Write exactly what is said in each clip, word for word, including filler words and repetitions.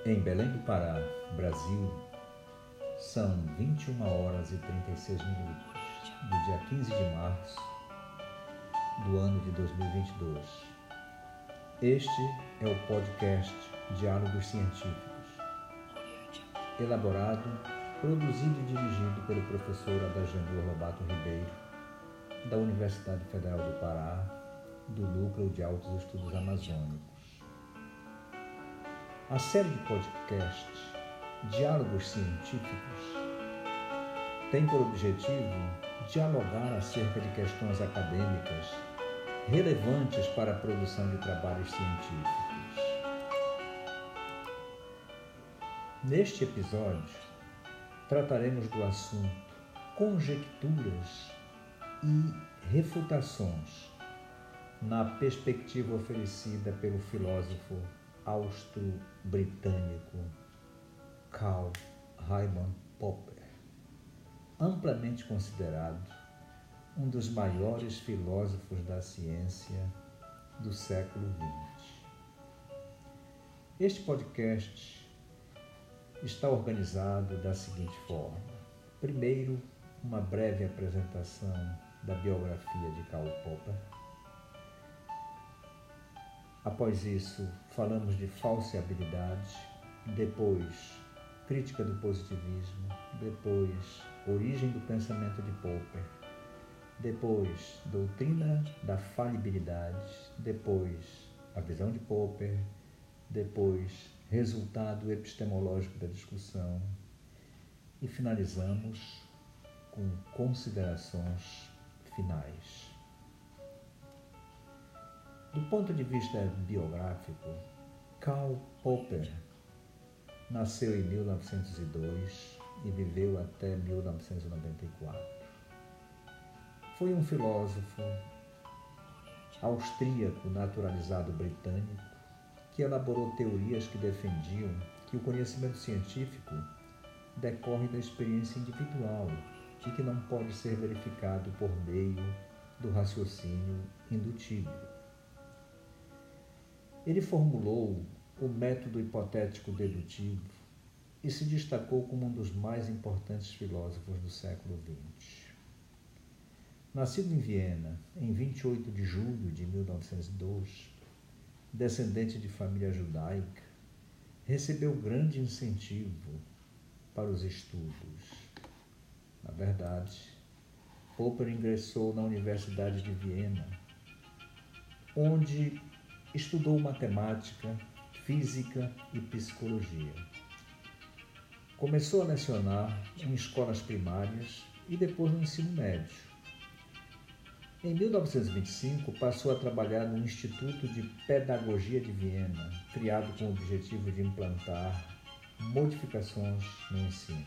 Em Belém do Pará, Brasil, são vinte e uma horas e trinta e seis minutos do dia quinze de março do ano de dois mil e vinte e dois. Este é o podcast Diálogos Científicos, elaborado, produzido e dirigido pelo professor Adajanor Lobato Ribeiro, da Universidade Federal do Pará, do Núcleo de Altos Estudos Amazônicos. A série de podcasts Diálogos Científicos tem por objetivo dialogar acerca de questões acadêmicas relevantes para a produção de trabalhos científicos. Neste episódio, trataremos do assunto conjecturas e refutações na perspectiva oferecida pelo filósofo austro-britânico Karl Raimund Popper, amplamente considerado um dos maiores filósofos da ciência do século vinte. Este podcast está organizado da seguinte forma: primeiro, uma breve apresentação da biografia de Karl Popper. Após isso, falamos de falseabilidade, depois, crítica do positivismo, depois, origem do pensamento de Popper, depois, doutrina da falibilidade, depois, a visão de Popper, depois, resultado epistemológico da discussão e finalizamos com considerações finais. Do ponto de vista biográfico, Karl Popper nasceu em mil novecentos e dois e viveu até mil novecentos e noventa e quatro. Foi um filósofo austríaco naturalizado britânico que elaborou teorias que defendiam que o conhecimento científico decorre da experiência individual e que não pode ser verificado por meio do raciocínio indutivo. Ele formulou o método hipotético dedutivo e se destacou como um dos mais importantes filósofos do século vinte. Nascido em Viena em vinte e oito de julho de mil novecentos e dois, descendente de família judaica, recebeu grande incentivo para os estudos. Na verdade, Popper ingressou na Universidade de Viena, onde estudou matemática, física e psicologia. Começou a lecionar em escolas primárias e depois no ensino médio. Em mil novecentos e vinte e cinco, passou a trabalhar no Instituto de Pedagogia de Viena, criado com o objetivo de implantar modificações no ensino.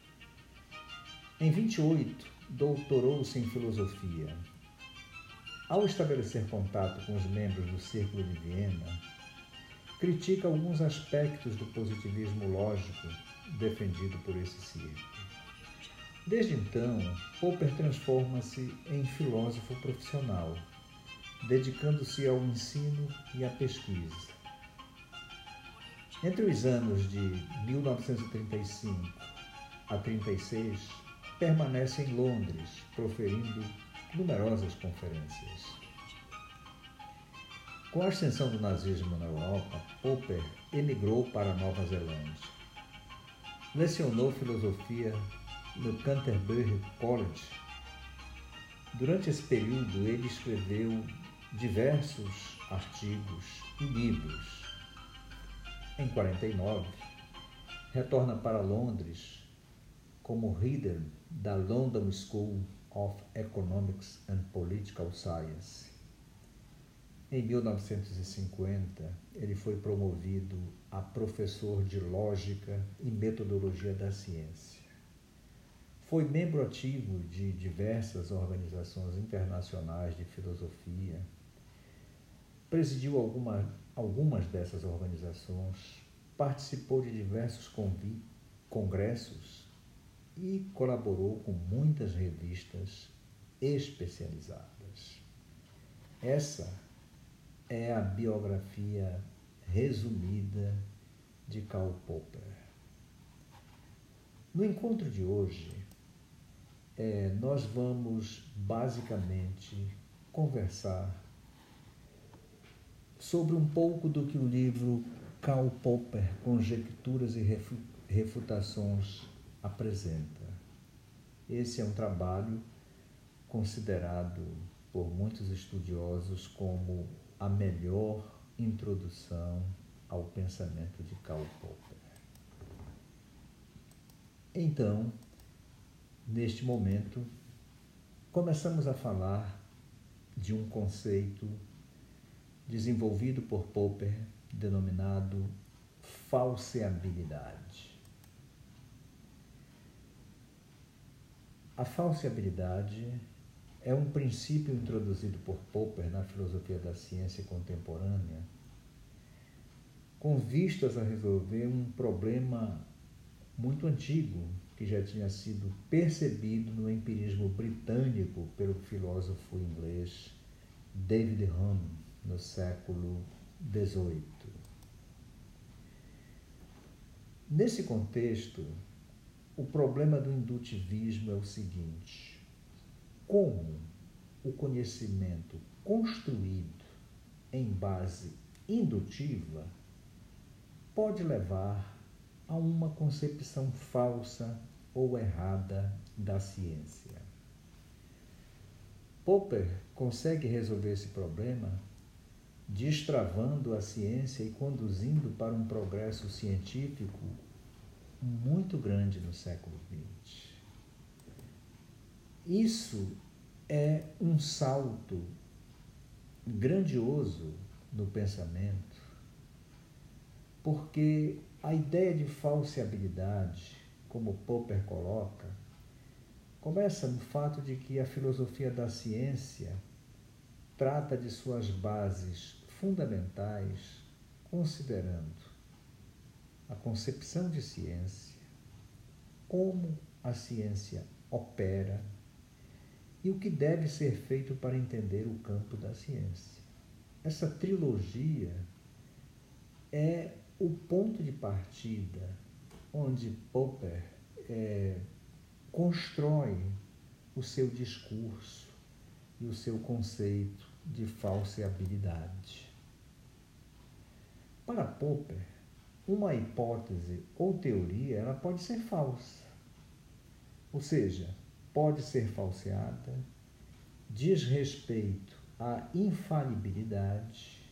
Em vinte e oito, doutorou-se em filosofia. Ao estabelecer contato com os membros do Círculo de Viena, critica alguns aspectos do positivismo lógico defendido por esse círculo. Desde então, Popper transforma-se em filósofo profissional, dedicando-se ao ensino e à pesquisa. Entre os anos de mil novecentos e trinta e cinco a trinta e seis, permanece em Londres, proferindo numerosas conferências. Com a ascensão do nazismo na Europa, Popper emigrou para a Nova Zelândia. Lecionou filosofia no Canterbury College. Durante esse período, ele escreveu diversos artigos e livros. Em quarenta e nove, retorna para Londres como reader da London School of Economics and Political Science. Em mil novecentos e cinquenta, ele foi promovido a professor de Lógica e Metodologia da Ciência. Foi membro ativo de diversas organizações internacionais de filosofia, presidiu alguma, algumas dessas organizações, participou de diversos convi- congressos e colaborou com muitas revistas especializadas. Essa é a biografia resumida de Karl Popper. No encontro de hoje, é, nós vamos basicamente conversar sobre um pouco do que o livro Karl Popper, Conjecturas e Refutações, apresenta. Esse é um trabalho considerado por muitos estudiosos como a melhor introdução ao pensamento de Karl Popper. Então, neste momento, começamos a falar de um conceito desenvolvido por Popper, denominado falseabilidade. A falseabilidade é um princípio introduzido por Popper na filosofia da ciência contemporânea, com vistas a resolver um problema muito antigo que já tinha sido percebido no empirismo britânico pelo filósofo inglês David Hume no século dezoito. Nesse contexto, o problema do indutivismo é o seguinte: como o conhecimento construído em base indutiva pode levar a uma concepção falsa ou errada da ciência. Popper consegue resolver esse problema destravando a ciência e conduzindo para um progresso científico muito grande no século vinte. Isso é um salto grandioso no pensamento, porque a ideia de falseabilidade, como Popper coloca, começa no fato de que a filosofia da ciência trata de suas bases fundamentais considerando a concepção de ciência, como a ciência opera e o que deve ser feito para entender o campo da ciência. Essa trilogia é o ponto de partida onde Popper é, constrói o seu discurso e o seu conceito de falseabilidade. Para Popper, uma hipótese ou teoria ela pode ser falsa, ou seja, pode ser falseada, diz respeito à infalibilidade,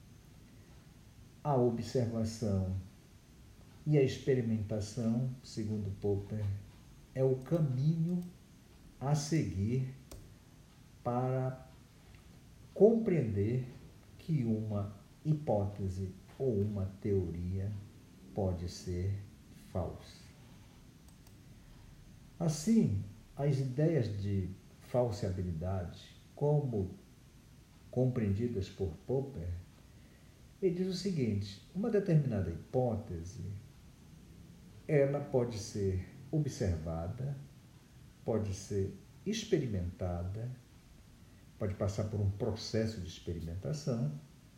à observação e à experimentação, segundo Popper, é o caminho a seguir para compreender que uma hipótese ou uma teoria pode ser falsa. Assim, as ideias de falseabilidade, como compreendidas por Popper, ele diz o seguinte: uma determinada hipótese, ela pode ser observada, pode ser experimentada, pode passar por um processo de experimentação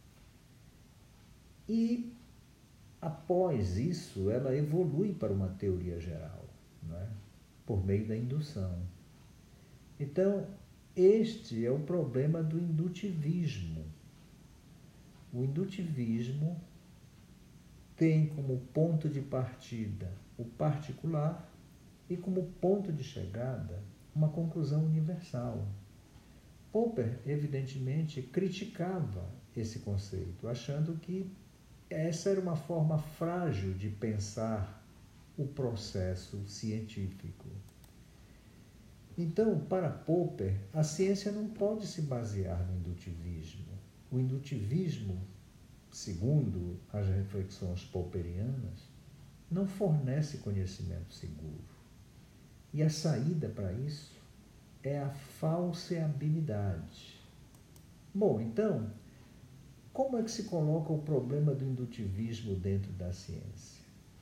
e, após isso, ela evolui para uma teoria geral, não é? Por meio da indução. Então, este é o problema do indutivismo. O indutivismo tem como ponto de partida o particular e como ponto de chegada uma conclusão universal. Popper, evidentemente, criticava esse conceito, achando que essa era uma forma frágil de pensar o processo científico. Então, para Popper, a ciência não pode se basear no indutivismo. O indutivismo, segundo as reflexões popperianas, não fornece conhecimento seguro. E a saída para isso é a falseabilidade. Bom, então, como é que se coloca o problema do indutivismo dentro da ciência?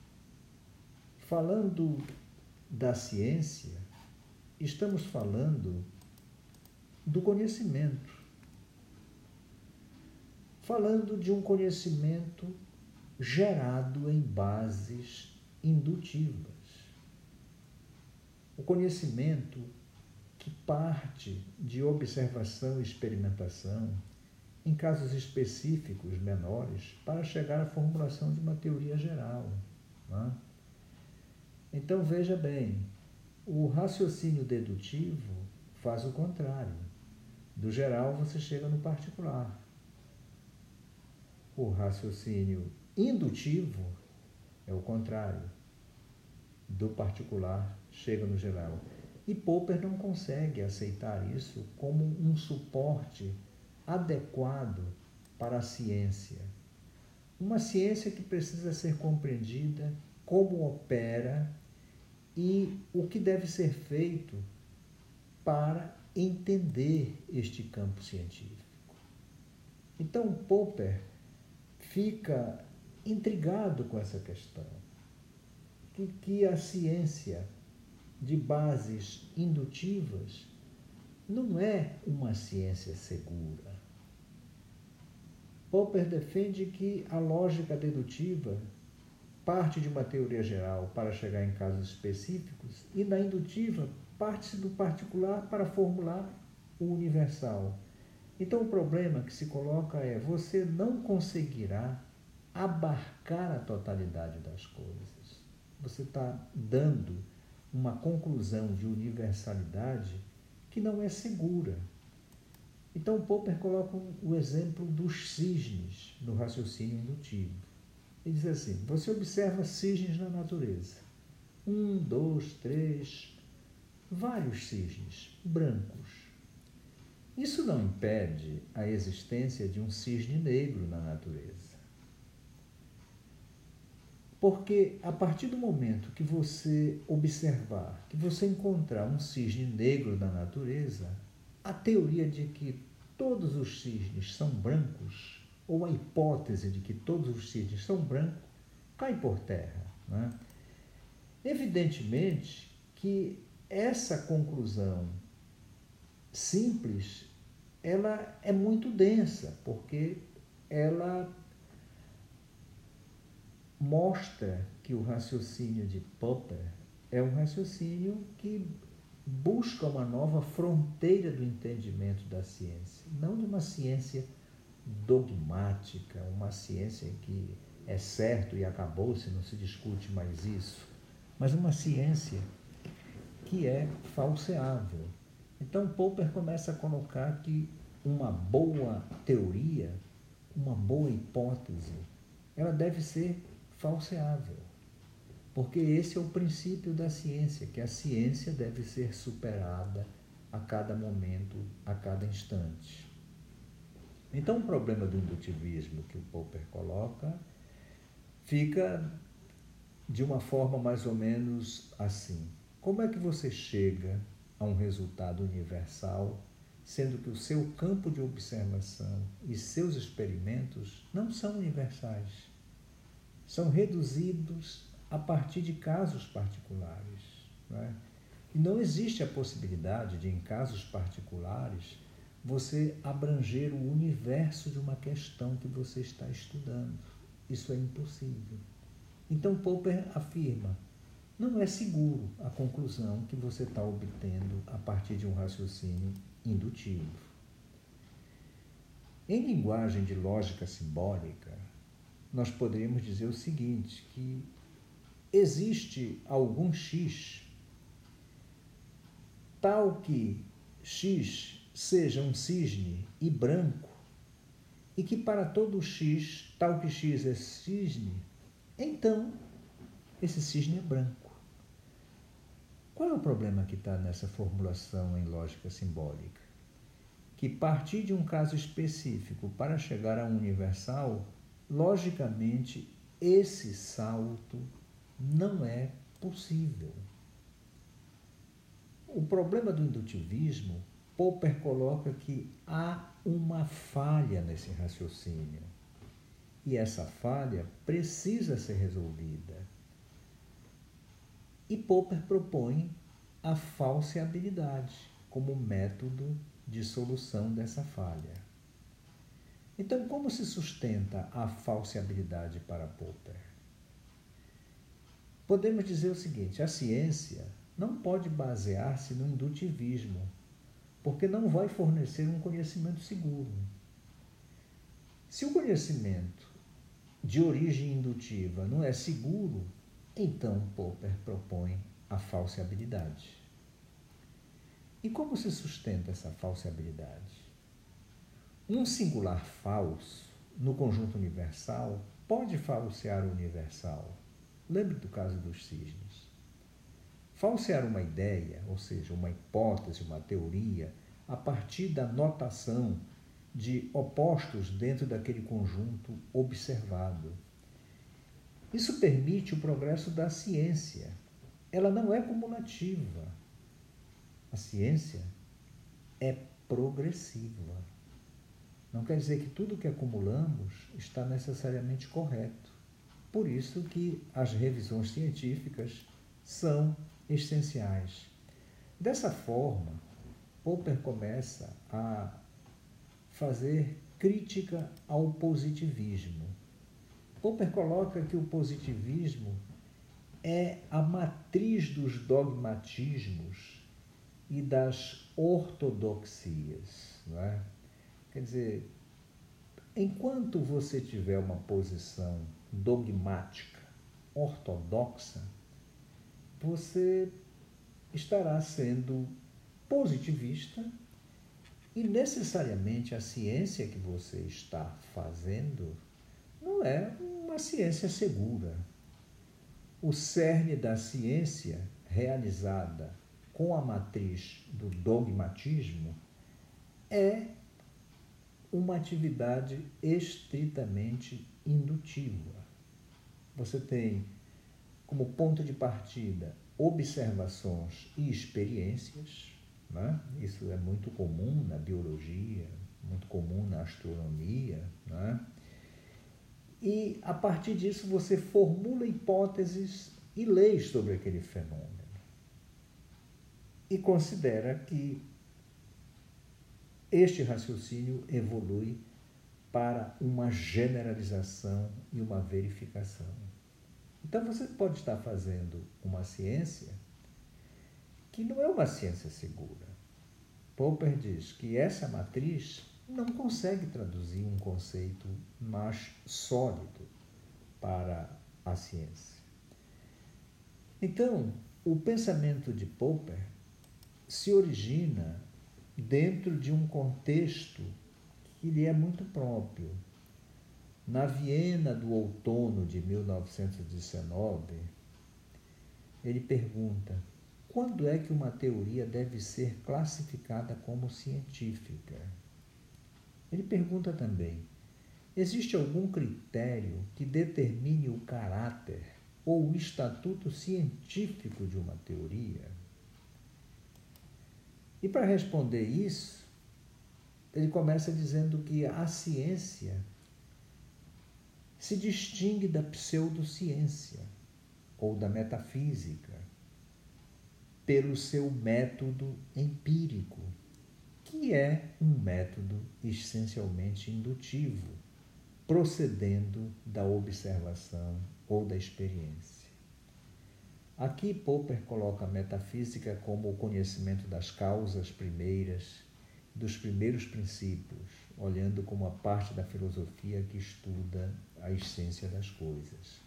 Falando da ciência, estamos falando do conhecimento. Falando de um conhecimento gerado em bases indutivas. O conhecimento que parte de observação e experimentação, em casos específicos menores, para chegar à formulação de uma teoria geral. Não é? Então, veja bem, o raciocínio dedutivo faz o contrário. Do geral, você chega no particular. O raciocínio indutivo é o contrário. Do particular, chega no geral. E Popper não consegue aceitar isso como um suporte adequado para a ciência. Uma ciência que precisa ser compreendida como opera e o que deve ser feito para entender este campo científico. Então, Popper fica intrigado com essa questão, que, que a ciência de bases indutivas não é uma ciência segura. Popper defende que a lógica dedutiva parte de uma teoria geral para chegar em casos específicos e na indutiva parte-se do particular para formular o universal. Então o problema que se coloca é: você não conseguirá abarcar a totalidade das coisas. Você está dando uma conclusão de universalidade que não é segura. Então Popper coloca o exemplo dos cisnes no raciocínio indutivo. Ele diz assim: você observa cisnes na natureza. Um, dois, três, vários cisnes brancos. Isso não impede a existência de um cisne negro na natureza. Porque a partir do momento que você observar, que você encontrar um cisne negro na natureza, a teoria de que todos os cisnes são brancos, ou a hipótese de que todos os cisnes são brancos, cai por terra. Né? Evidentemente que essa conclusão simples, ela é muito densa, porque ela mostra que o raciocínio de Popper é um raciocínio que busca uma nova fronteira do entendimento da ciência, não de uma ciência dogmática, uma ciência que é certo e acabou-se, não se discute mais isso, mas uma ciência que é falseável. Então Popper começa a colocar que uma boa teoria, uma boa hipótese, ela deve ser falseável, porque esse é o princípio da ciência, que a ciência deve ser superada a cada momento, a cada instante. Então, o problema do indutivismo que o Popper coloca fica de uma forma mais ou menos assim: como é que você chega a um resultado universal, sendo que o seu campo de observação e seus experimentos não são universais? São reduzidos a partir de casos particulares. Não é? E não existe a possibilidade de, em casos particulares, você abranger o universo de uma questão que você está estudando. Isso é impossível. Então Popper afirma: não é seguro a conclusão que você está obtendo a partir de um raciocínio indutivo. Em linguagem de lógica simbólica, nós poderíamos dizer o seguinte, que existe algum X, tal que X seja um cisne e branco, e que para todo X, tal que X é cisne, então esse cisne é branco. Qual é o problema que está nessa formulação em lógica simbólica? Que partir de um caso específico para chegar a um universal, logicamente, esse salto não é possível. O problema do indutivismo, Popper coloca que há uma falha nesse raciocínio. E essa falha precisa ser resolvida. E Popper propõe a falseabilidade como método de solução dessa falha. Então, como se sustenta a falseabilidade para Popper? Podemos dizer o seguinte: a ciência não pode basear-se no indutivismo, porque não vai fornecer um conhecimento seguro. Se o conhecimento de origem indutiva não é seguro, então Popper propõe a falseabilidade. E como se sustenta essa falseabilidade? Um singular falso no conjunto universal pode falsear o universal. Lembre do caso dos cisnes. Falsear uma ideia, ou seja, uma hipótese, uma teoria, a partir da notação de opostos dentro daquele conjunto observado. Isso permite o progresso da ciência. Ela não é cumulativa. A ciência é progressiva. Não quer dizer que tudo que acumulamos está necessariamente correto. Por isso que as revisões científicas são essenciais. Dessa forma, Popper começa a fazer crítica ao positivismo. Popper coloca que o positivismo é a matriz dos dogmatismos e das ortodoxias, não é? Quer dizer, enquanto você tiver uma posição dogmática, ortodoxa, você estará sendo positivista e necessariamente a ciência que você está fazendo não é uma ciência segura. O cerne da ciência realizada com a matriz do dogmatismo é uma atividade estritamente indutiva. Você tem como ponto de partida observações e experiências, né? Isso é muito comum na biologia, muito comum na astronomia, né? E a partir disso você formula hipóteses e leis sobre aquele fenômeno e considera que este raciocínio evolui para uma generalização e uma verificação. Então você pode estar fazendo uma ciência que não é uma ciência segura. Popper diz que essa matriz não consegue traduzir um conceito mais sólido para a ciência. Então, o pensamento de Popper se origina dentro de um contexto que lhe é muito próprio. Na Viena do outono de mil novecentos e dezenove, ele pergunta: quando é que uma teoria deve ser classificada como científica? Ele pergunta também: existe algum critério que determine o caráter ou o estatuto científico de uma teoria? E para responder isso, ele começa dizendo que a ciência se distingue da pseudociência ou da metafísica pelo seu método empírico, que é um método essencialmente indutivo, procedendo da observação ou da experiência. Aqui Popper coloca a metafísica como o conhecimento das causas primeiras, dos primeiros princípios, olhando como a parte da filosofia que estuda a essência das coisas.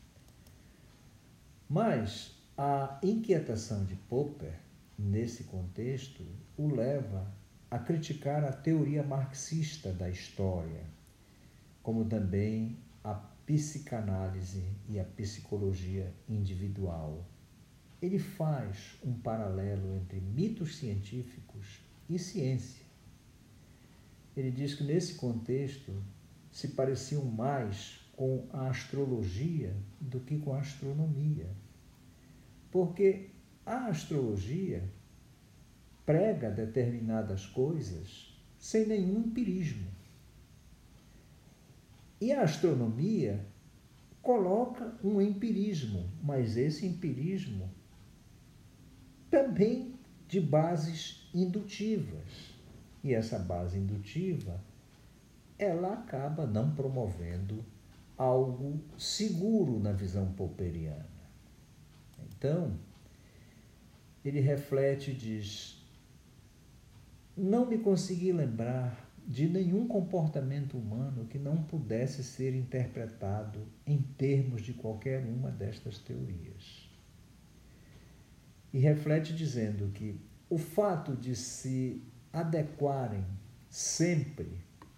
Mas a inquietação de Popper, nesse contexto, o leva a criticar a teoria marxista da história, como também a psicanálise e a psicologia individual. Ele faz um paralelo entre mitos científicos e ciência. Ele diz que nesse contexto se pareciam mais com a astrologia do que com a astronomia, porque a astrologia prega determinadas coisas sem nenhum empirismo. E a astronomia coloca um empirismo, mas esse empirismo também de bases indutivas. E essa base indutiva ela acaba não promovendo algo seguro na visão popperiana. Então, ele reflete e diz: não me consegui lembrar de nenhum comportamento humano que não pudesse ser interpretado em termos de qualquer uma destas teorias. E reflete dizendo que o fato de se adequarem sempre,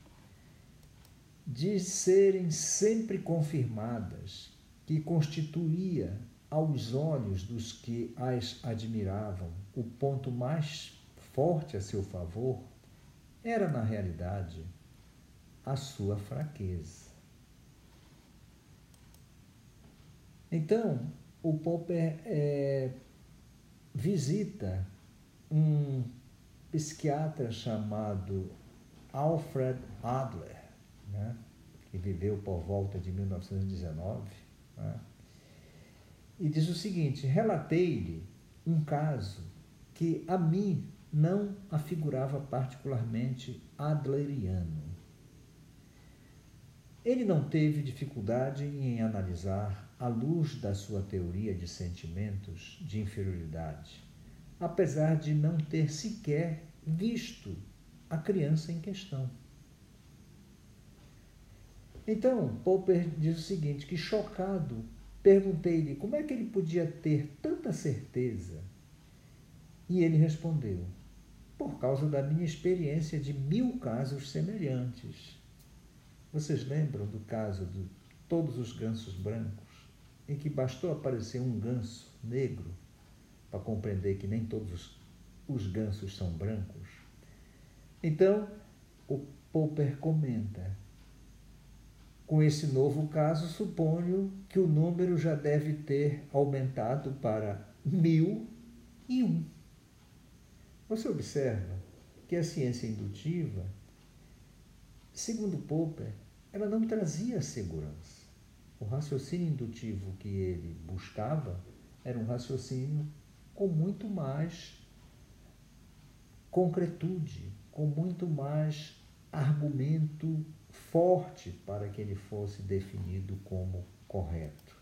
de serem sempre confirmadas, que constituía aos olhos dos que as admiravam o ponto mais forte a seu favor, era, na realidade, a sua fraqueza. Então, o Popper é, visita um psiquiatra chamado Alfred Adler, né, que viveu por volta de mil novecentos e dezenove, né, e diz o seguinte: relatei-lhe um caso que a mim não afigurava particularmente adleriano. Ele não teve dificuldade em analisar, à luz da sua teoria de sentimentos de inferioridade, apesar de não ter sequer visto a criança em questão. Então, Popper diz o seguinte, que chocado, perguntei-lhe como é que ele podia ter tanta certeza. E ele respondeu: por causa da minha experiência de mil casos semelhantes. Vocês lembram do caso de todos os gansos brancos, em que bastou aparecer um ganso negro para compreender que nem todos os gansos são brancos? Então, o Popper comenta: com esse novo caso, suponho que o número já deve ter aumentado para mil e um. Você observa que a ciência indutiva, segundo Popper, ela não trazia segurança. O raciocínio indutivo que ele buscava era um raciocínio com muito mais concretude, com muito mais argumento forte para que ele fosse definido como correto.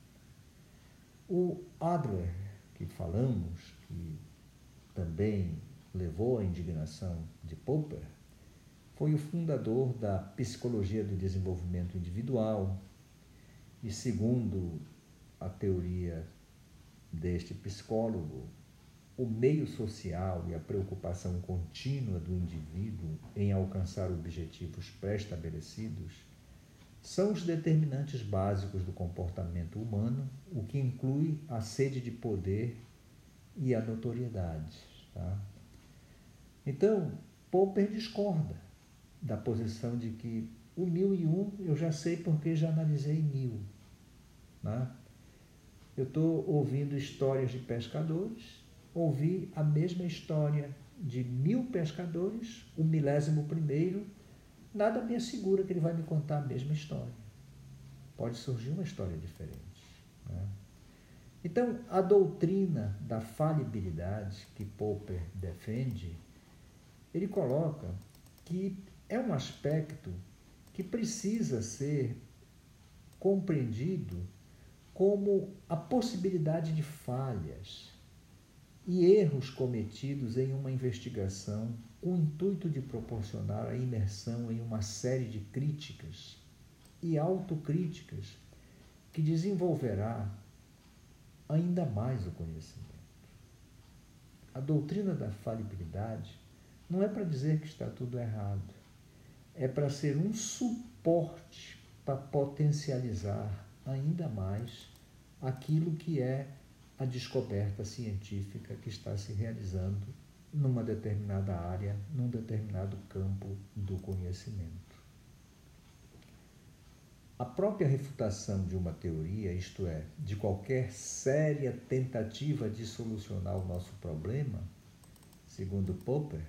O Adler, que falamos, que também levou à indignação de Popper, foi o fundador da psicologia do desenvolvimento individual e, segundo a teoria deste psicólogo, o meio social e a preocupação contínua do indivíduo em alcançar objetivos pré-estabelecidos são os determinantes básicos do comportamento humano, o que inclui a sede de poder e a notoriedade. Tá? Então, Popper discorda da posição de que o mil e um eu já sei porque já analisei mil. Né? Eu estou ouvindo histórias de pescadores, ouvi a mesma história de mil pescadores, o milésimo primeiro, nada me assegura que ele vai me contar a mesma história. Pode surgir uma história diferente. Né? Então, a doutrina da falibilidade que Popper defende, ele coloca que é um aspecto que precisa ser compreendido como a possibilidade de falhas e erros cometidos em uma investigação com o intuito de proporcionar a imersão em uma série de críticas e autocríticas que desenvolverá ainda mais o conhecimento. A doutrina da falibilidade não é para dizer que está tudo errado, é para ser um suporte para potencializar ainda mais aquilo que é a descoberta científica que está se realizando numa determinada área, num determinado campo do conhecimento. A própria refutação de uma teoria, isto é, de qualquer séria tentativa de solucionar o nosso problema, segundo Popper,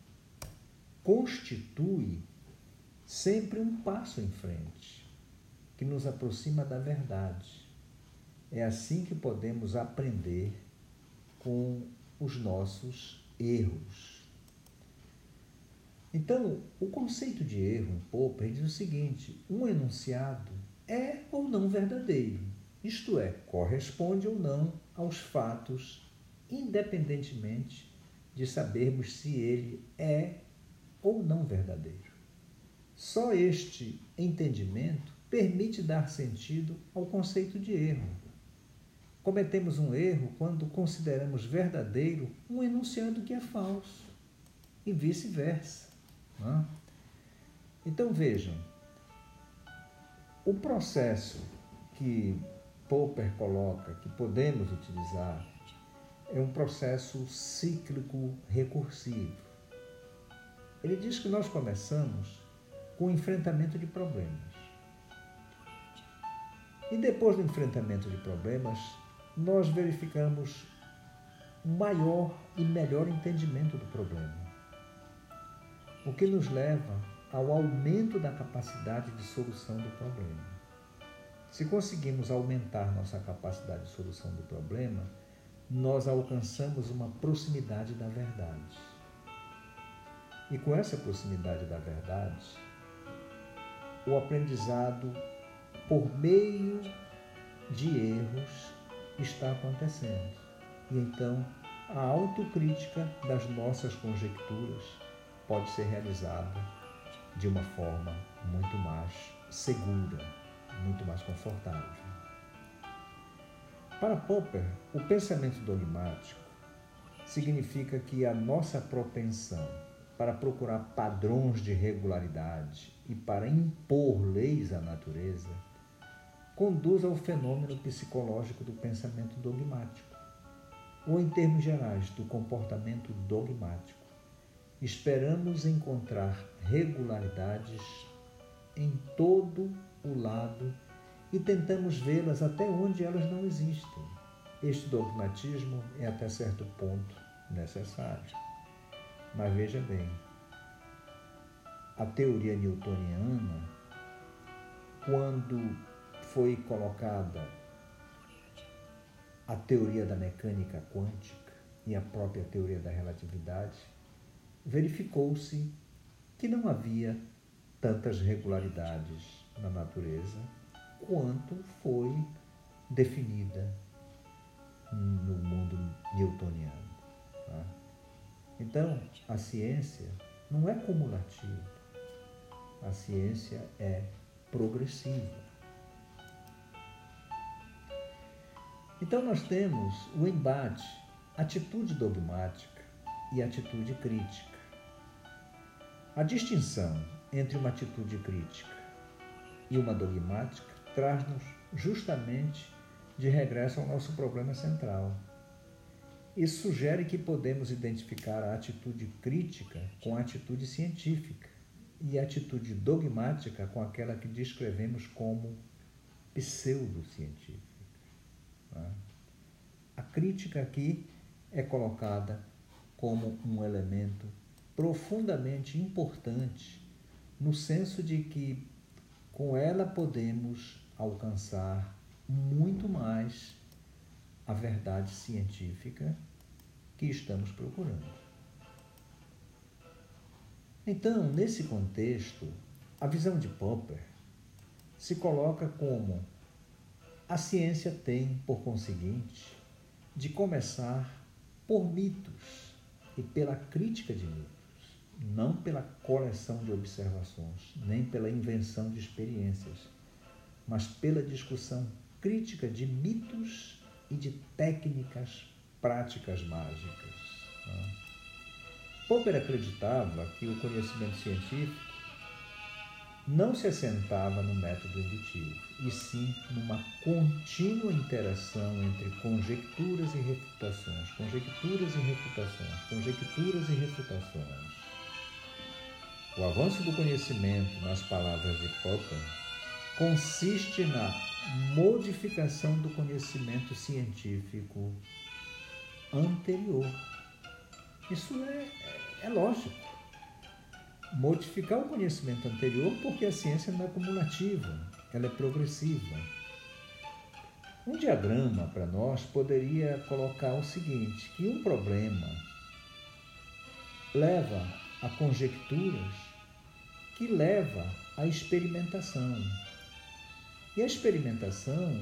constitui sempre um passo em frente, que nos aproxima da verdade. É assim que podemos aprender com os nossos erros. Então, o conceito de erro em Popper diz o seguinte: um enunciado é ou não verdadeiro, isto é, corresponde ou não aos fatos, independentemente de sabermos se ele é ou não verdadeiro. Só este entendimento permite dar sentido ao conceito de erro. Cometemos um erro quando consideramos verdadeiro um enunciado que é falso, e vice-versa. Não é? Então vejam, o processo que Popper coloca, que podemos utilizar, é um processo cíclico recursivo. Ele diz que nós começamos com o enfrentamento de problemas. E depois do enfrentamento de problemas, nós verificamos um maior e melhor entendimento do problema, o que nos leva ao aumento da capacidade de solução do problema. Se conseguimos aumentar nossa capacidade de solução do problema, nós alcançamos uma proximidade da verdade. E com essa proximidade da verdade, o aprendizado por meio de erros está acontecendo. E então a autocrítica das nossas conjecturas pode ser realizada de uma forma muito mais segura, muito mais confortável. Para Popper, o pensamento dogmático significa que a nossa propensão para procurar padrões de regularidade e para impor leis à natureza conduz ao fenômeno psicológico do pensamento dogmático, ou, em termos gerais, do comportamento dogmático. Esperamos encontrar regularidades em todo o lado e tentamos vê-las até onde elas não existem. Este dogmatismo é até certo ponto necessário. Mas veja bem, a teoria newtoniana, quando foi colocada a teoria da mecânica quântica e a própria teoria da relatividade, verificou-se que não havia tantas regularidades na natureza quanto foi definida no mundo newtoniano. Tá? Então, a ciência não é cumulativa, a ciência é progressiva. Então, nós temos o embate, atitude dogmática e atitude crítica. A distinção entre uma atitude crítica e uma dogmática traz-nos justamente de regresso ao nosso problema central. Isso sugere que podemos identificar a atitude crítica com a atitude científica e a atitude dogmática com aquela que descrevemos como pseudocientífica. A crítica aqui é colocada como um elemento profundamente importante, no senso de que com ela podemos alcançar muito mais a verdade científica que estamos procurando. Então, nesse contexto, a visão de Popper se coloca como a ciência tem, por conseguinte, de começar por mitos e pela crítica de mitos, não pela coleção de observações, nem pela invenção de experiências, mas pela discussão crítica de mitos e de técnicas práticas mágicas. Popper acreditava que o conhecimento científico não se assentava no método indutivo, e sim numa contínua interação entre conjecturas e refutações, conjecturas e refutações, conjecturas e refutações. O avanço do conhecimento, nas palavras de Popper, consiste na modificação do conhecimento científico anterior. Isso é, é lógico. Modificar o conhecimento anterior porque a ciência não é cumulativa, ela é progressiva. Um diagrama para nós poderia colocar o seguinte, que um problema leva a conjecturas que leva à experimentação. E a experimentação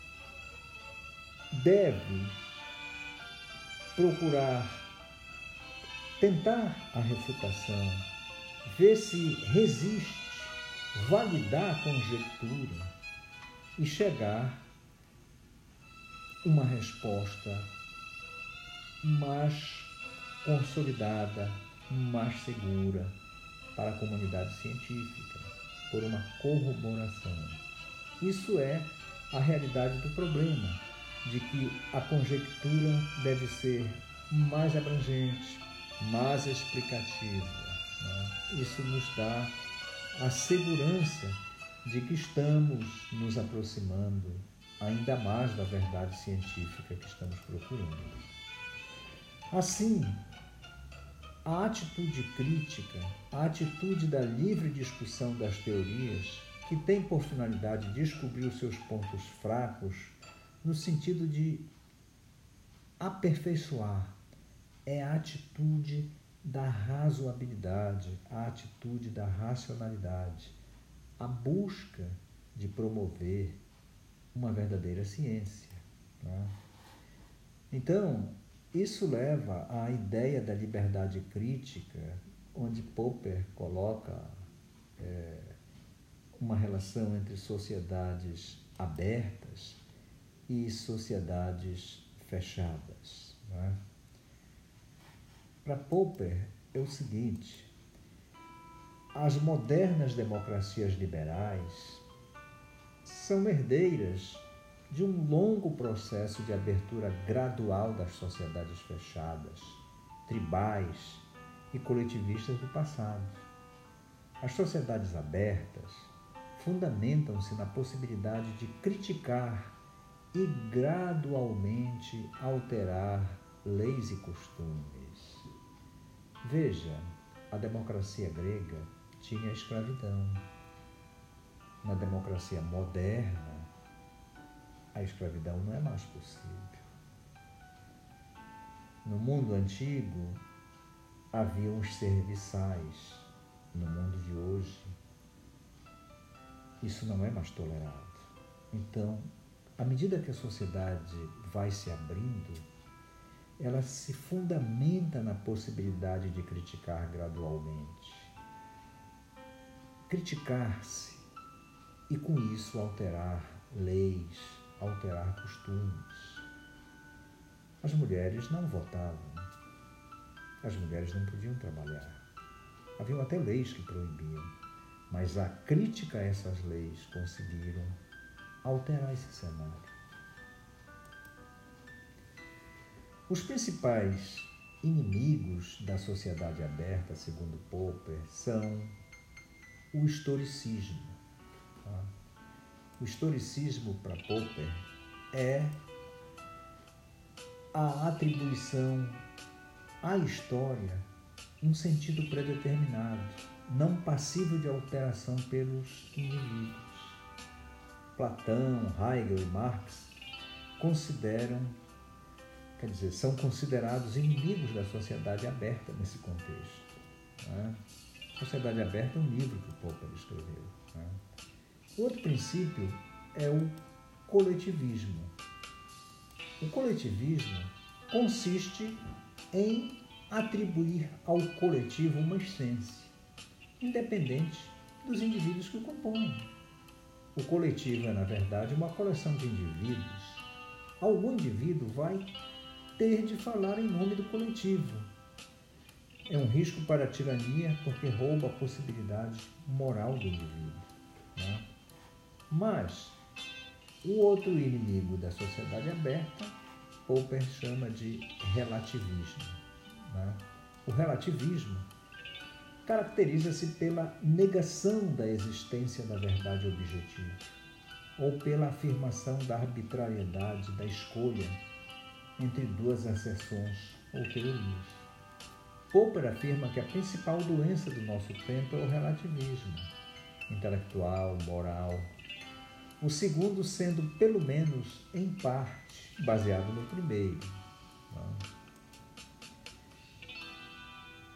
deve procurar tentar a refutação, ver se resiste, validar a conjectura e chegar uma resposta mais consolidada, mais segura para a comunidade científica, por uma corroboração. Isso é a realidade do problema, de que a conjectura deve ser mais abrangente, mais explicativa, né? Isso nos dá a segurança de que estamos nos aproximando ainda mais da verdade científica que estamos procurando. Assim, a atitude crítica, a atitude da livre discussão das teorias, que tem por finalidade descobrir os seus pontos fracos, no sentido de aperfeiçoar, é a atitude da razoabilidade, a atitude da racionalidade, a busca de promover uma verdadeira ciência, né? Então, isso leva à ideia da liberdade crítica, onde Popper coloca é, uma relação entre sociedades abertas e sociedades fechadas, né? Para Popper é o seguinte: as modernas democracias liberais são herdeiras de um longo processo de abertura gradual das sociedades fechadas, tribais e coletivistas do passado. As sociedades abertas fundamentam-se na possibilidade de criticar e gradualmente alterar leis e costumes. Veja, a democracia grega tinha a escravidão. Na democracia moderna, a escravidão não é mais possível. No mundo antigo, havia os serviçais. No mundo de hoje, isso não é mais tolerado. Então, à medida que a sociedade vai se abrindo, ela se fundamenta na possibilidade de criticar gradualmente. Criticar-se e, com isso, alterar leis, alterar costumes. As mulheres não votavam, as mulheres não podiam trabalhar. Haviam até leis que proibiam, mas a crítica a essas leis conseguiram alterar esse cenário. Os principais inimigos da sociedade aberta, segundo Popper, são o historicismo. Tá? O historicismo, para Popper, é a atribuição à história um sentido predeterminado, não passível de alteração pelos indivíduos. Platão, Hegel e Marx consideram, quer dizer, são considerados inimigos da sociedade aberta nesse contexto, né? Sociedade Aberta é um livro que Popper escreveu, né? Outro princípio é o coletivismo. O coletivismo consiste em atribuir ao coletivo uma essência, independente dos indivíduos que o compõem. O coletivo é, na verdade, uma coleção de indivíduos. Algum indivíduo vai ter de falar em nome do coletivo. É um risco para a tirania porque rouba a possibilidade moral do indivíduo, né? Mas o outro inimigo da sociedade aberta, Popper chama de relativismo, né? O relativismo caracteriza-se pela negação da existência da verdade objetiva ou pela afirmação da arbitrariedade da escolha entre duas asserções ou teorias. Popper afirma que a principal doença do nosso tempo é o relativismo intelectual, moral, o segundo sendo, pelo menos em parte, baseado no primeiro.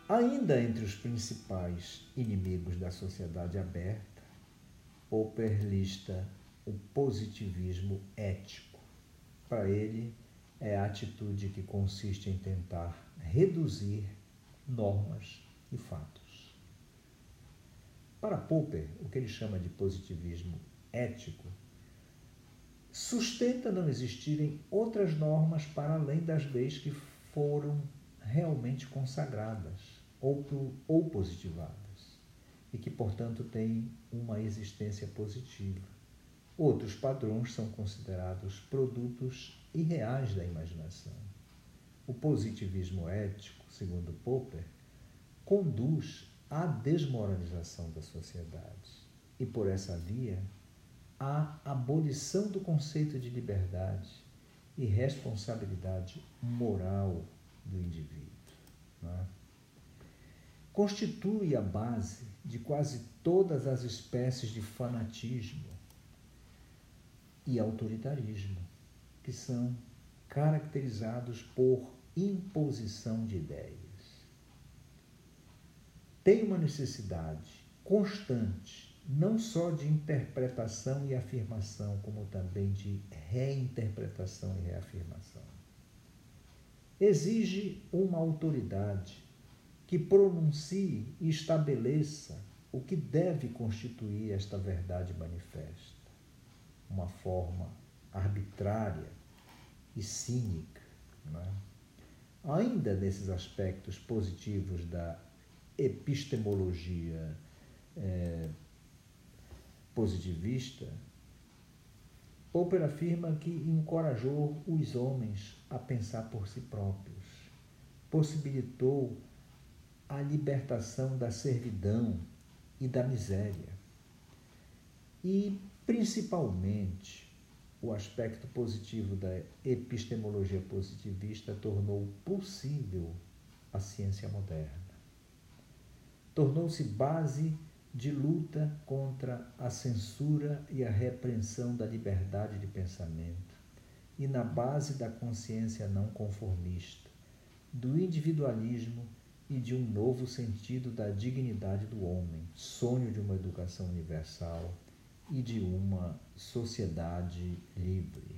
Ainda entre os principais inimigos da sociedade aberta, Popper lista o positivismo ético. Para ele, é a atitude que consiste em tentar reduzir normas e fatos. Para Popper, o que ele chama de positivismo ético sustenta não existirem outras normas para além das leis que foram realmente consagradas ou, ou positivadas e que, portanto, têm uma existência positiva. Outros padrões são considerados produtos irreais da imaginação. O positivismo ético, segundo Popper, conduz à desmoralização da sociedade e, por essa via, à abolição do conceito de liberdade e responsabilidade moral do indivíduo. Não é? Constitui a base de quase todas as espécies de fanatismo e autoritarismo, que são caracterizados por imposição de ideias. Tem uma necessidade constante, não só de interpretação e afirmação, como também de reinterpretação e reafirmação. Exige uma autoridade que pronuncie e estabeleça o que deve constituir esta verdade manifesta. Uma forma arbitrária e cínica. Não é? Ainda nesses aspectos positivos da epistemologia é, positivista, Popper afirma que encorajou os homens a pensar por si próprios, possibilitou a libertação da servidão e da miséria. E, principalmente, o aspecto positivo da epistemologia positivista tornou possível a ciência moderna. Tornou-se base de luta contra a censura e a repreensão da liberdade de pensamento e na base da consciência não conformista, do individualismo e de um novo sentido da dignidade do homem, sonho de uma educação universal e de uma sociedade livre.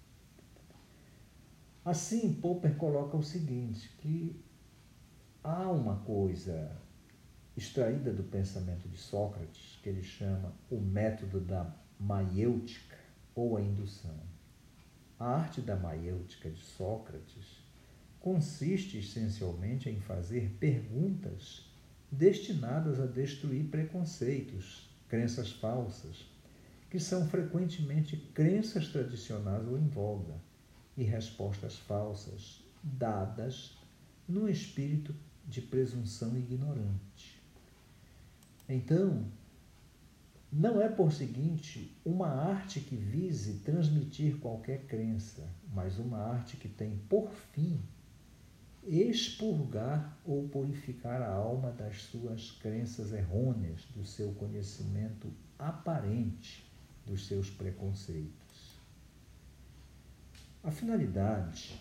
Assim, Popper coloca o seguinte, que há uma coisa extraída do pensamento de Sócrates, que ele chama o método da maiêutica ou a indução. A arte da maiêutica de Sócrates consiste essencialmente em fazer perguntas destinadas a destruir preconceitos, crenças falsas, que são frequentemente crenças tradicionais ou em voga, e respostas falsas dadas num espírito de presunção ignorante. Então, não é, por seguinte, uma arte que vise transmitir qualquer crença, mas uma arte que tem por fim expurgar ou purificar a alma das suas crenças errôneas, do seu conhecimento aparente, dos seus preconceitos. A finalidade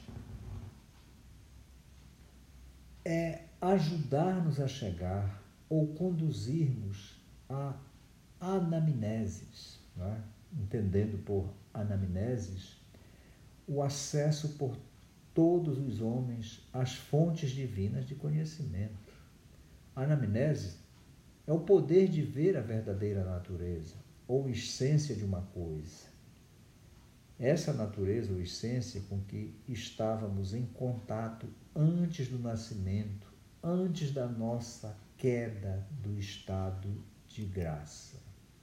é ajudar-nos a chegar ou conduzirmos a anamneses, não é? Entendendo por anamneses o acesso por todos os homens às fontes divinas de conhecimento. A anamnese é o poder de ver a verdadeira natureza ou essência de uma coisa. Essa natureza ou essência com que estávamos em contato antes do nascimento, antes da nossa queda do estado de graça.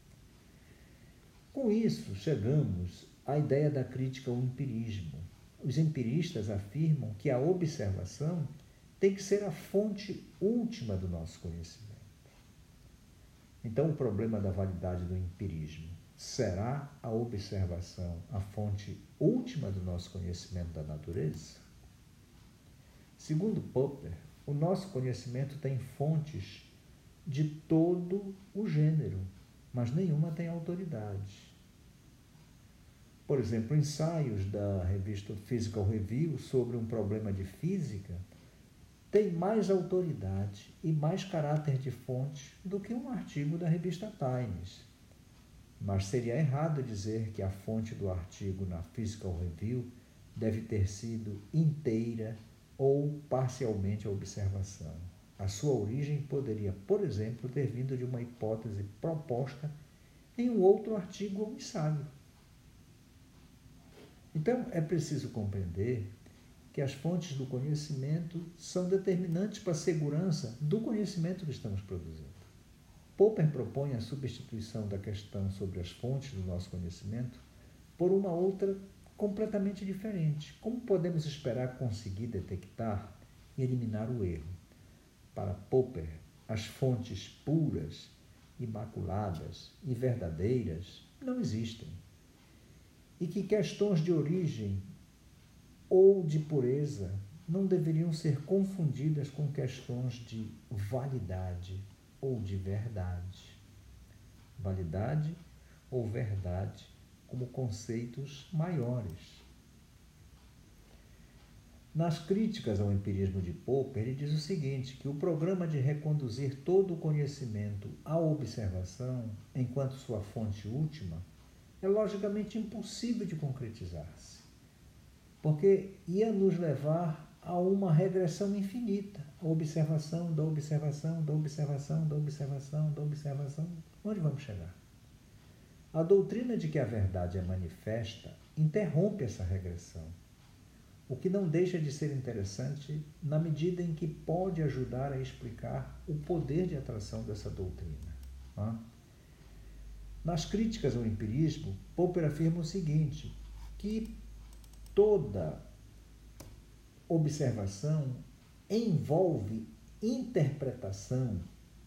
Com isso, chegamos à ideia da crítica ao empirismo. Os empiristas afirmam que a observação tem que ser a fonte última do nosso conhecimento. Então, o problema da validade do empirismo: será a observação a fonte última do nosso conhecimento da natureza? Segundo Popper, o nosso conhecimento tem fontes de todo o gênero, mas nenhuma tem autoridade. Por exemplo, ensaios da revista Physical Review sobre um problema de física tem mais autoridade e mais caráter de fonte do que um artigo da revista Times. Mas seria errado dizer que a fonte do artigo na Physical Review deve ter sido inteira ou parcialmente a observação. A sua origem poderia, por exemplo, ter vindo de uma hipótese proposta em um outro artigo ou ensaio. Então, é preciso compreender que as fontes do conhecimento são determinantes para a segurança do conhecimento que estamos produzindo. Popper propõe a substituição da questão sobre as fontes do nosso conhecimento por uma outra completamente diferente. Como podemos esperar conseguir detectar e eliminar o erro? Para Popper, as fontes puras, imaculadas e verdadeiras não existem. E que questões de origem ou de pureza não deveriam ser confundidas com questões de validade ou de verdade. Validade ou verdade como conceitos maiores. Nas críticas ao empirismo de Popper, ele diz o seguinte, que o programa de reconduzir todo o conhecimento à observação, enquanto sua fonte última, é logicamente impossível de concretizar-se, porque ia nos levar a uma regressão infinita, a observação, da observação, da observação, da observação, da observação. Onde vamos chegar? A doutrina de que a verdade é manifesta interrompe essa regressão, o que não deixa de ser interessante na medida em que pode ajudar a explicar o poder de atração dessa doutrina. Nas críticas ao empirismo, Popper afirma o seguinte, que toda observação envolve interpretação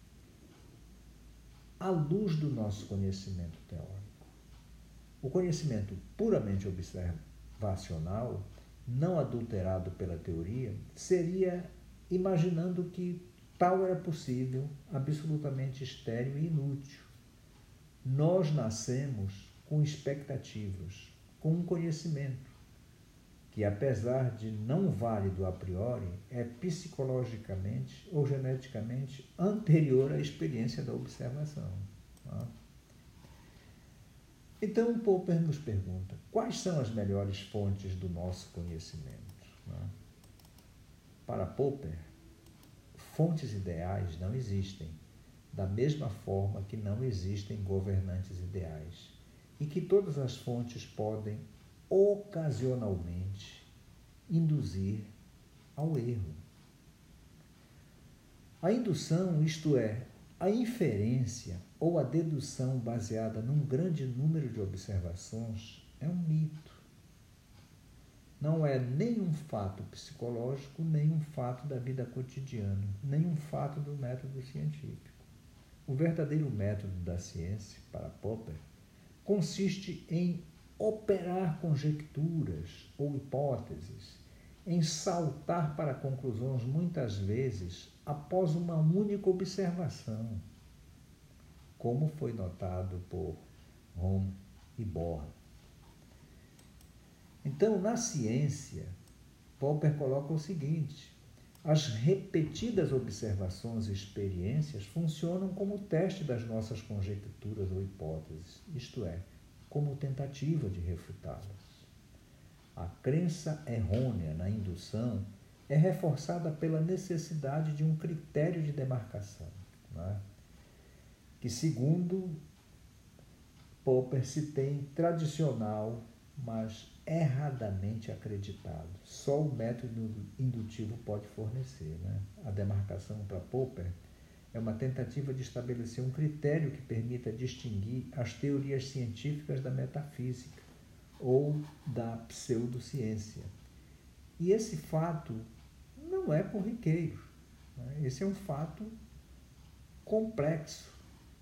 à luz do nosso conhecimento teórico. O conhecimento puramente observacional, não adulterado pela teoria, seria imaginando que tal era possível, absolutamente estéril e inútil. Nós nascemos com expectativas, com um conhecimento, que apesar de não válido a priori, é psicologicamente ou geneticamente anterior à experiência da observação. Tá? Então, Popper nos pergunta, quais são as melhores fontes do nosso conhecimento? Tá? Para Popper, fontes ideais não existem, da mesma forma que não existem governantes ideais, e que todas as fontes podem ocasionalmente induzir ao erro. A indução, isto é, a inferência ou a dedução baseada num grande número de observações é um mito. Não é nem um fato psicológico, nem um fato da vida cotidiana, nem um fato do método científico. O verdadeiro método da ciência, para Popper, consiste em operar conjecturas ou hipóteses, em saltar para conclusões muitas vezes após uma única observação, como foi notado por Rohm e Bohr. Então, na ciência, Popper coloca o seguinte, as repetidas observações e experiências funcionam como teste das nossas conjecturas ou hipóteses, isto é, como tentativa de refutá-las. A crença errônea na indução é reforçada pela necessidade de um critério de demarcação, né? Que, segundo Popper, se tem tradicional, mas erradamente acreditado. Só o método indutivo pode fornecer, né? A demarcação para Popper é uma tentativa de estabelecer um critério que permita distinguir as teorias científicas da metafísica ou da pseudociência. E esse fato não é corriqueiro, né? Esse é um fato complexo.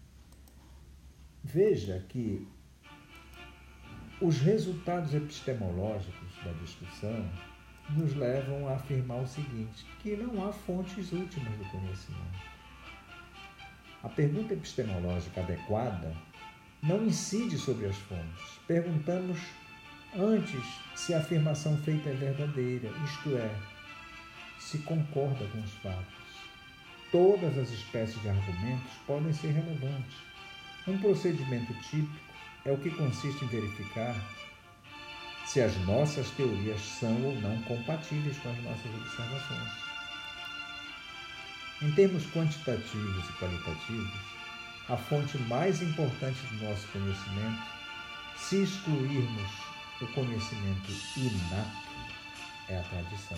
Veja que os resultados epistemológicos da discussão nos levam a afirmar o seguinte, que não há fontes últimas do conhecimento. A pergunta epistemológica adequada não incide sobre as fontes. Perguntamos antes se a afirmação feita é verdadeira, isto é, se concorda com os fatos. Todas as espécies de argumentos podem ser relevantes. Um procedimento típico é o que consiste em verificar se as nossas teorias são ou não compatíveis com as nossas observações. Em termos quantitativos e qualitativos, a fonte mais importante do nosso conhecimento, se excluirmos o conhecimento inato, é a tradição.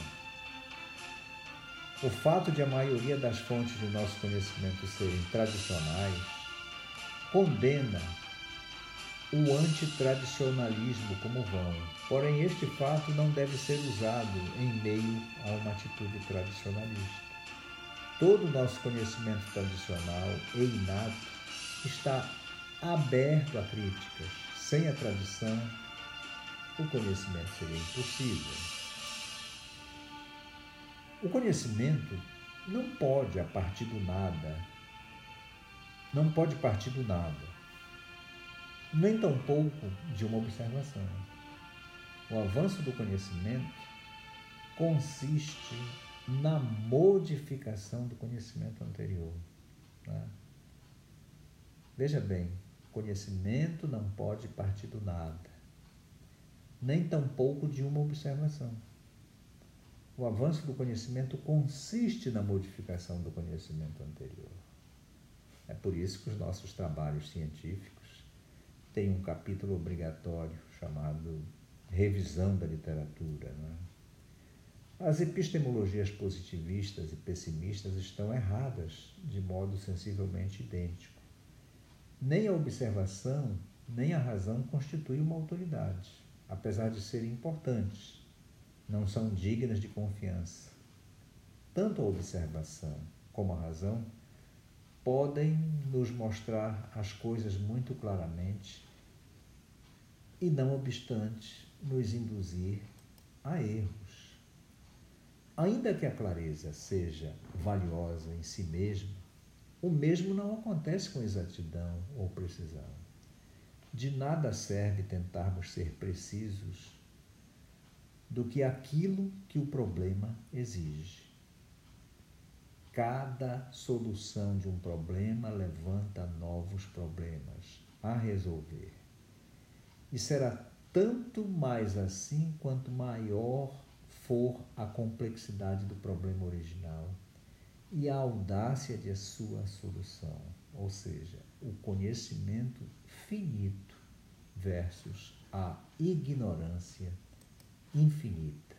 O fato de a maioria das fontes do nosso conhecimento serem tradicionais condena o antitradicionalismo como vão. Porém, este fato não deve ser usado em meio a uma atitude tradicionalista. Todo o nosso conhecimento tradicional e inato está aberto a críticas. Sem a tradição, o conhecimento seria impossível. O conhecimento não pode, a partir do nada, não pode partir do nada, nem tampouco de uma observação. O avanço do conhecimento consiste na modificação do conhecimento anterior. Né? Veja bem, conhecimento não pode partir do nada, nem tampouco de uma observação. O avanço do conhecimento consiste na modificação do conhecimento anterior. É por isso que os nossos trabalhos científicos têm um capítulo obrigatório chamado Revisão da Literatura. Né? As epistemologias positivistas e pessimistas estão erradas de modo sensivelmente idêntico. Nem a observação, nem a razão constituem uma autoridade, apesar de serem importantes. Não são dignas de confiança. Tanto a observação como a razão podem nos mostrar as coisas muito claramente e, não obstante, nos induzir a erros. Ainda que a clareza seja valiosa em si mesma, o mesmo não acontece com exatidão ou precisão. De nada serve tentarmos ser precisos do que aquilo que o problema exige. Cada solução de um problema levanta novos problemas a resolver. E será tanto mais assim quanto maior for a complexidade do problema original e a audácia de sua solução, ou seja, o conhecimento finito versus a ignorância infinita.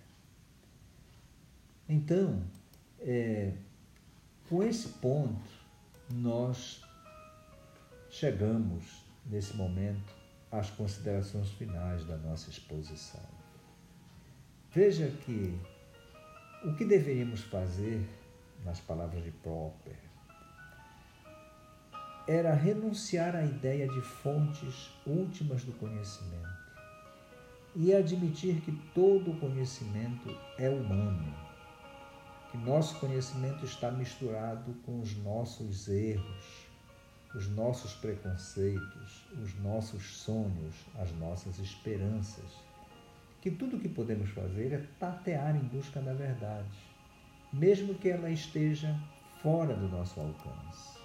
Então, é, com esse ponto, nós chegamos, nesse momento, às considerações finais da nossa exposição. Veja que o que deveríamos fazer, nas palavras de Popper, era renunciar à ideia de fontes últimas do conhecimento e admitir que todo o conhecimento é humano, que nosso conhecimento está misturado com os nossos erros, os nossos preconceitos, os nossos sonhos, as nossas esperanças, que tudo o que podemos fazer é tatear em busca da verdade, mesmo que ela esteja fora do nosso alcance.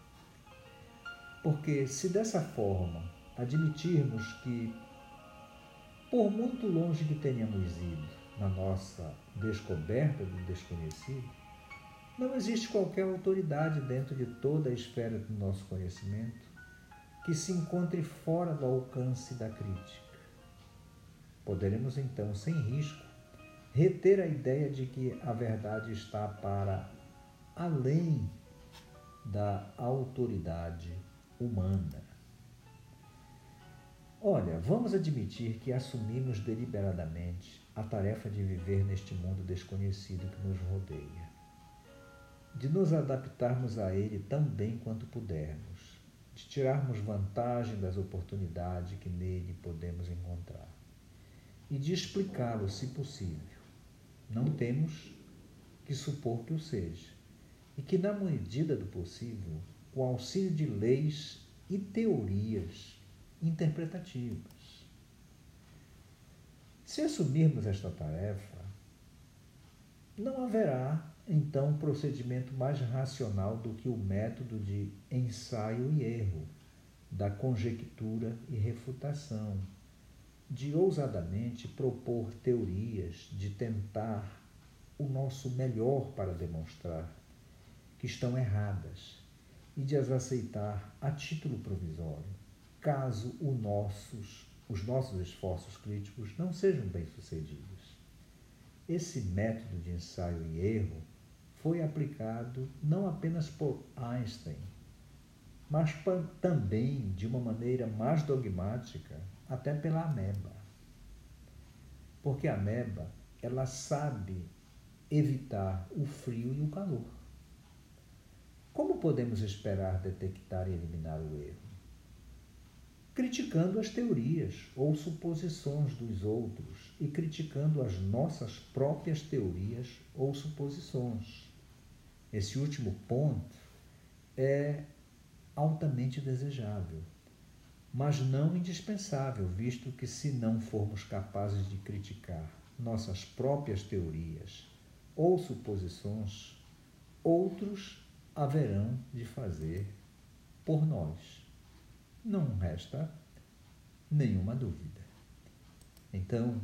Porque se dessa forma admitirmos que, por muito longe que tenhamos ido na nossa descoberta do desconhecido, não existe qualquer autoridade dentro de toda a esfera do nosso conhecimento que se encontre fora do alcance da crítica. Poderemos então, sem risco, reter a ideia de que a verdade está para além da autoridade humana. Olha, vamos admitir que assumimos deliberadamente a tarefa de viver neste mundo desconhecido que nos rodeia, de nos adaptarmos a ele tão bem quanto pudermos, de tirarmos vantagem das oportunidades que nele podemos encontrar e de explicá-lo, se possível. Não temos que supor que o seja, e que, na medida do possível, com auxílio de leis e teorias interpretativas. Se assumirmos esta tarefa, não haverá, então, procedimento mais racional do que o método de ensaio e erro, da conjectura e refutação, de ousadamente propor teorias, de tentar o nosso melhor para demonstrar que estão erradas e de as aceitar a título provisório, caso os nossos, os nossos esforços críticos não sejam bem-sucedidos. Esse método de ensaio e erro foi aplicado não apenas por Einstein, mas também, de uma maneira mais dogmática, até pela ameba. Porque a ameba, ela sabe evitar o frio e o calor. Como podemos esperar detectar e eliminar o erro? Criticando as teorias ou suposições dos outros e criticando as nossas próprias teorias ou suposições. Esse último ponto é altamente desejável, mas não indispensável, visto que, se não formos capazes de criticar nossas próprias teorias ou suposições, outros haverão de fazer por nós. Não resta nenhuma dúvida. Então,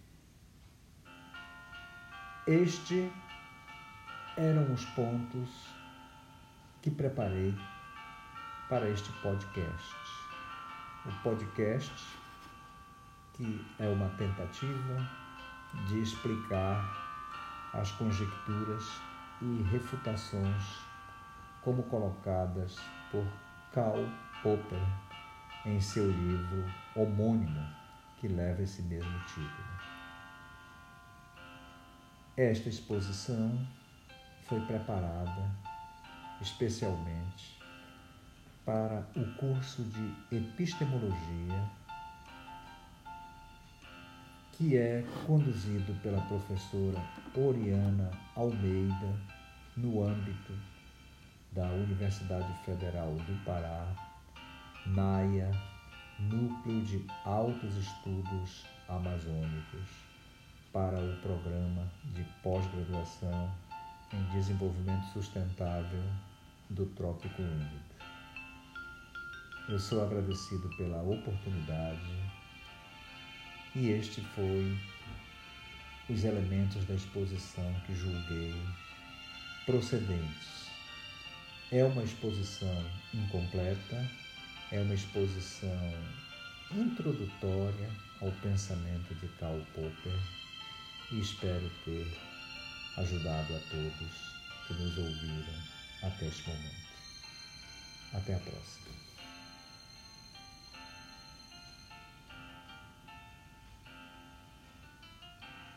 estes eram os pontos que preparei para este podcast. O podcast que é uma tentativa de explicar as conjecturas e refutações como colocadas por Karl Popper em seu livro homônimo, que leva esse mesmo título. Esta exposição foi preparada especialmente para o curso de epistemologia, que é conduzido pela professora Oriana Almeida, no âmbito da Universidade Federal do Pará, NAIA, Núcleo de Altos Estudos Amazônicos, para o Programa de Pós-Graduação em Desenvolvimento Sustentável do Trópico Úmido. Eu sou agradecido pela oportunidade e este foi os elementos da exposição que julguei procedentes. É uma exposição incompleta, é uma exposição introdutória ao pensamento de Karl Popper e espero ter ajudado a todos que nos ouviram até este momento. Até a próxima.